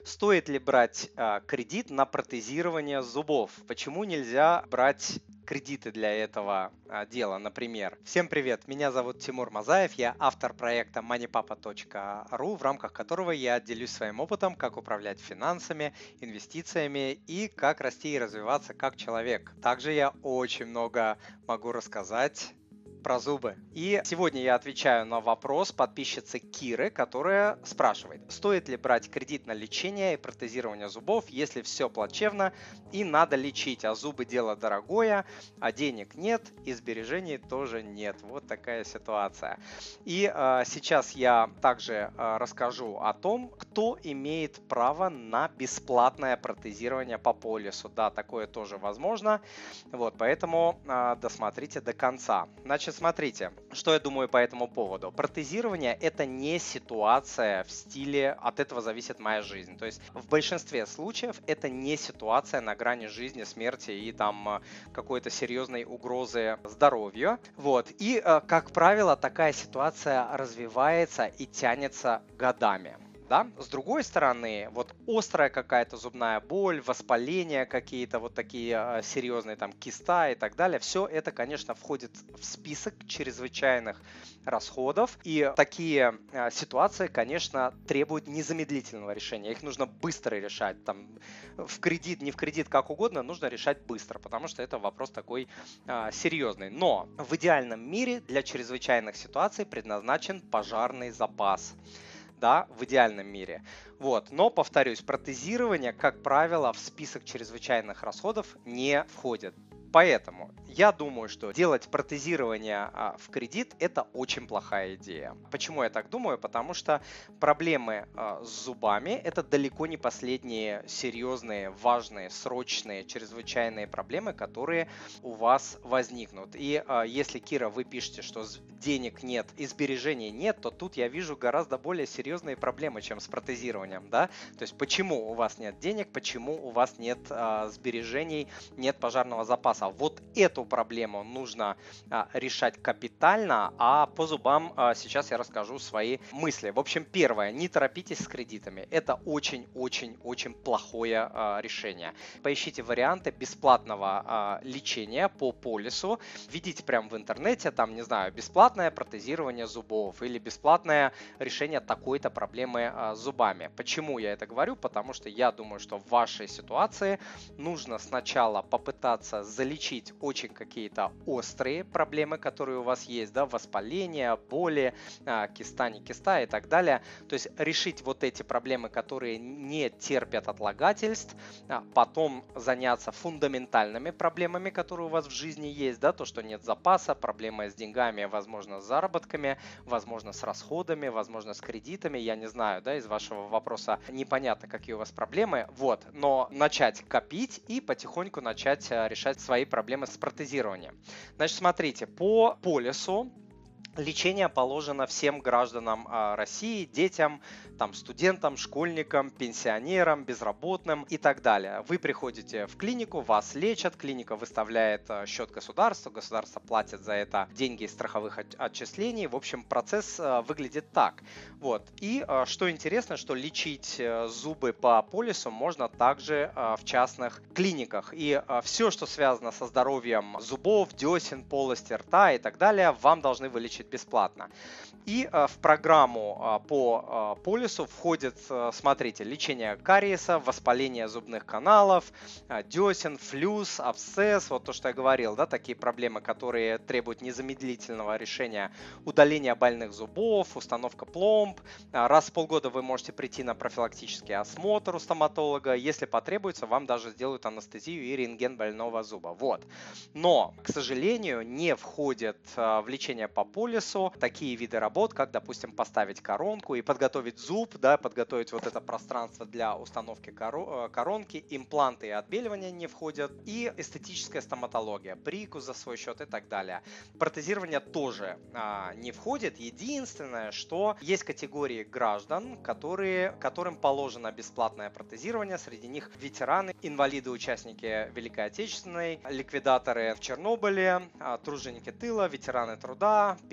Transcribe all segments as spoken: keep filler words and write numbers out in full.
Стоит ли брать а, кредит на протезирование зубов? Почему нельзя брать кредиты для этого а, дела, например? Всем привет, меня зовут Тимур Мазаев, я автор проекта moneypapa точка ру, в рамках которого я делюсь своим опытом, как управлять финансами, инвестициями и как расти и развиваться как человек. Также я очень много могу рассказать про зубы. И сегодня я отвечаю на вопрос подписчицы Киры, которая спрашивает, стоит ли брать кредит на лечение и протезирование зубов, если все плачевно и надо лечить, а зубы дело дорогое, а денег нет и сбережений тоже нет. Вот такая ситуация. И э, сейчас я также э, расскажу о том, кто имеет право на бесплатное протезирование по полису. Да, такое тоже возможно. Вот, поэтому э, досмотрите до конца. Значит, смотрите, что я думаю по этому поводу. Протезирование – это не ситуация в стиле «от этого зависит моя жизнь». То есть в большинстве случаев это не ситуация на грани жизни, смерти и там какой-то серьезной угрозы здоровью. Вот. И, как правило, такая ситуация развивается и тянется годами. Да? С другой стороны, вот острая какая-то зубная боль, воспаления какие-то, вот такие э, серьезные там киста и так далее, все это, конечно, входит в список чрезвычайных расходов. И такие э, ситуации, конечно, требуют незамедлительного решения. Их нужно быстро решать. Там, в кредит, не в кредит, как угодно, нужно решать быстро, потому что это вопрос такой э, серьезный. Но в идеальном мире для чрезвычайных ситуаций предназначен пожарный запас. Да, в идеальном мире. Вот. Но, повторюсь, протезирование, как правило, в список чрезвычайных расходов не входит. Поэтому я думаю, что делать протезирование а, в кредит – это очень плохая идея. Почему я так думаю? Потому что проблемы а, с зубами – это далеко не последние серьезные, важные, срочные, чрезвычайные проблемы, которые у вас возникнут. И а, если, Кира, вы пишете, что денег нет и сбережений нет, то тут я вижу гораздо более серьезные проблемы, чем с протезированием. Да? То есть почему у вас нет денег, почему у вас нет а, сбережений, нет пожарного запаса. Вот эту проблему нужно а, решать капитально, а по зубам а, сейчас я расскажу свои мысли. В общем, первое, не торопитесь с кредитами. Это очень-очень-очень плохое а, решение. Поищите варианты бесплатного а, лечения по полису. Введите прямо в интернете, там, не знаю, бесплатное протезирование зубов или бесплатное решение такой-то проблемы а, с зубами. Почему я это говорю? Потому что я думаю, что в вашей ситуации нужно сначала попытаться залечить лечить очень какие-то острые проблемы, которые у вас есть, да, воспаление, боли, киста, не киста и так далее. То есть решить вот эти проблемы, которые не терпят отлагательств, потом заняться фундаментальными проблемами, которые у вас в жизни есть, да, то, что нет запаса, проблемы с деньгами, возможно, с заработками, возможно, с расходами, возможно, с кредитами, я не знаю, да, из вашего вопроса непонятно, какие у вас проблемы, вот, но начать копить и потихоньку начать решать свои проблемы с протезированием. Значит, смотрите, по полису лечение положено всем гражданам а, России, детям, там, студентам, школьникам, пенсионерам, безработным и так далее. Вы приходите в клинику, вас лечат, клиника выставляет а, счет государству, государство платит за это деньги из страховых от- отчислений. В общем, процесс а, выглядит так. Вот. И а, что интересно, что лечить а, зубы по полису можно также а, в частных клиниках. И а, все, что связано со здоровьем зубов, десен, полости рта и так далее, вам должны вылечить бесплатно. И э, в программу э, по э, полису входит, э, смотрите, лечение кариеса, воспаление зубных каналов, э, десен, флюс, абсцесс, вот то, что я говорил, да, такие проблемы, которые требуют незамедлительного решения, удаление больных зубов, установка пломб. Э, раз в полгода вы можете прийти на профилактический осмотр у стоматолога, если потребуется, вам даже сделают анестезию и рентген больного зуба. Вот. Но, к сожалению, не входит э, в лечение по полису такие виды работ, как, допустим, поставить коронку и подготовить зуб, да, подготовить вот это пространство для установки коро- коронки, импланты и отбеливания не входят, и эстетическая стоматология, прикус за свой счет и так далее. Протезирование тоже а, не входит. Единственное, что есть категории граждан, которые, которым положено бесплатное протезирование, среди них ветераны, инвалиды, участники Великой Отечественной, ликвидаторы в Чернобыле, а, труженики тыла, ветераны труда, пенсионеры,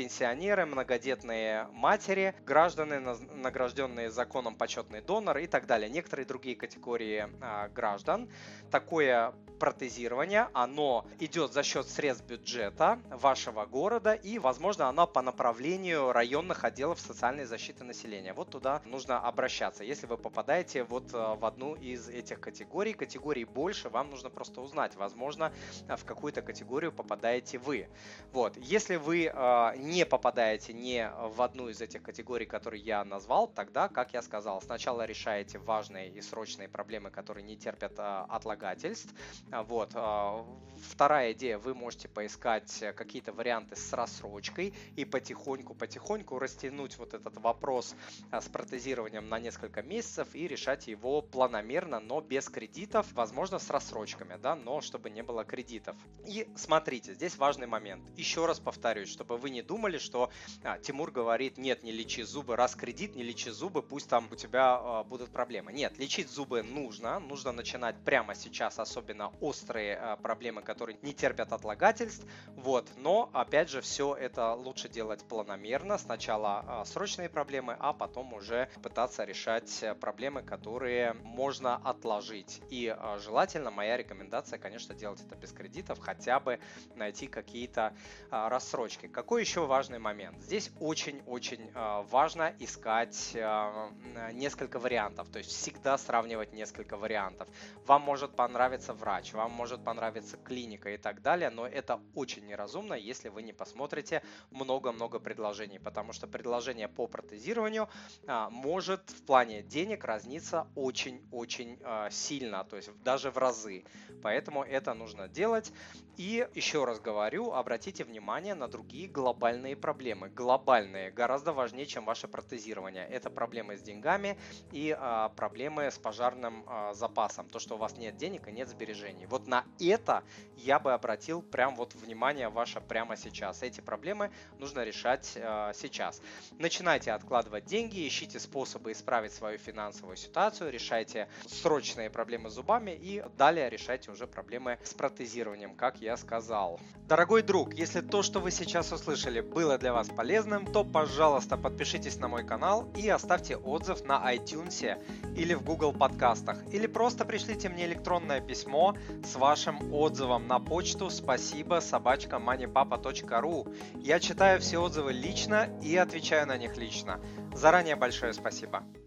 пенсионеры, многодетные матери, граждане, награжденные законом почетный донор и так далее. Некоторые другие категории а, граждан. Такое протезирование, оно идет за счет средств бюджета вашего города и, возможно, оно по направлению районных отделов социальной защиты населения. Вот туда нужно обращаться. Если вы попадаете вот в одну из этих категорий, категорий больше, вам нужно просто узнать, возможно, в какую-то категорию попадаете вы. Вот. Если вы э, не попадаете ни в одну из этих категорий, которые я назвал, тогда, как я сказал, сначала решаете важные и срочные проблемы, которые не терпят э, отлагательств. Вот. Вторая идея, вы можете поискать какие-то варианты с рассрочкой и потихоньку-потихоньку растянуть вот этот вопрос с протезированием на несколько месяцев и решать его планомерно, но без кредитов, возможно, с рассрочками, да, но чтобы не было кредитов. И смотрите, здесь важный момент. Еще раз повторюсь, чтобы вы не думали, что а, Тимур говорит, нет, не лечи зубы, раз кредит, не лечи зубы, пусть там у тебя а, будут проблемы. Нет, лечить зубы нужно, нужно начинать прямо сейчас, особенно острые а, проблемы, которые не терпят отлагательств, вот, но опять же все это лучше делать планомерно, сначала а, срочные проблемы, а потом уже пытаться решать проблемы, которые можно отложить. И а, желательно, моя рекомендация, конечно, делать это без кредитов, хотя бы найти какие-то а, рассрочки. Какой еще важный момент? Здесь очень-очень а, важно искать а, несколько вариантов, то есть всегда сравнивать несколько вариантов. Вам может понравиться врач, вам может понравиться клиника и так далее, но это очень неразумно, если вы не посмотрите много-много предложений, потому что предложение по протезированию а, может в плане денег разниться очень-очень а, сильно, то есть даже в разы. Поэтому это нужно делать. И еще раз говорю, обратите внимание на другие глобальные проблемы. Глобальные гораздо важнее, чем ваше протезирование. Это проблемы с деньгами и а, проблемы с пожарным а, запасом. То, что у вас нет денег и нет сбережений. Вот на это я бы обратил прям вот внимание ваше прямо сейчас. Эти проблемы нужно решать а, сейчас. Начинайте откладывать деньги, ищите способы исправить свою финансовую ситуацию, решайте срочные проблемы с зубами и далее решайте уже проблемы с протезированием, как я сказал. Дорогой друг, если то, что вы сейчас услышали, было для вас полезным, то, пожалуйста, подпишитесь на мой канал и оставьте отзыв на iTunes или в Google подкастах. Или просто пришлите мне электронное письмо с вашим отзывом на почту спасибо собака манипапа точка ру. Я читаю все отзывы лично и отвечаю на них лично. Заранее большое спасибо.